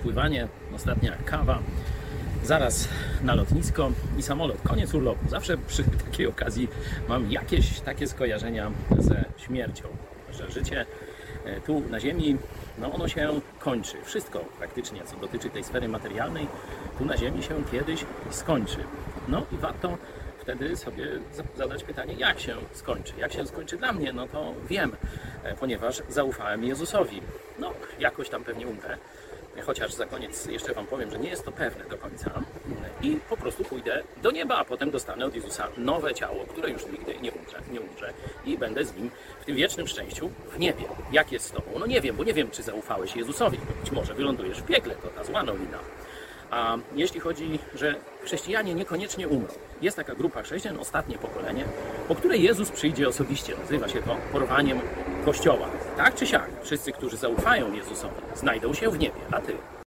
pływanie, ostatnia kawa, zaraz na lotnisko i samolot. Koniec urlopu. Zawsze przy takiej okazji mam jakieś takie skojarzenia ze śmiercią, że życie tu na ziemi, no ono się kończy. Wszystko praktycznie, co dotyczy tej sfery materialnej, tu na ziemi się kiedyś skończy. No i warto wtedy sobie zadać pytanie, jak się skończy. Jak się skończy dla mnie? No to wiem, ponieważ zaufałem Jezusowi. No, jakoś tam pewnie umrę. Chociaż za koniec jeszcze Wam powiem, że nie jest to pewne do końca. I po prostu pójdę do nieba, a potem dostanę od Jezusa nowe ciało, które już nigdy nie umrze. I będę z Nim w tym wiecznym szczęściu w niebie. Jak jest z Tobą? No nie wiem, bo nie wiem, czy zaufałeś Jezusowi. Być może wylądujesz w piekle, to ta zła nowina. A jeśli chodzi, że chrześcijanie niekoniecznie umrą. Jest taka grupa chrześcijan, ostatnie pokolenie, po której Jezus przyjdzie osobiście. Nazywa się to porwaniem Kościoła. Tak czy siak, wszyscy, którzy zaufają Jezusowi, znajdą się w niebie. A Ty?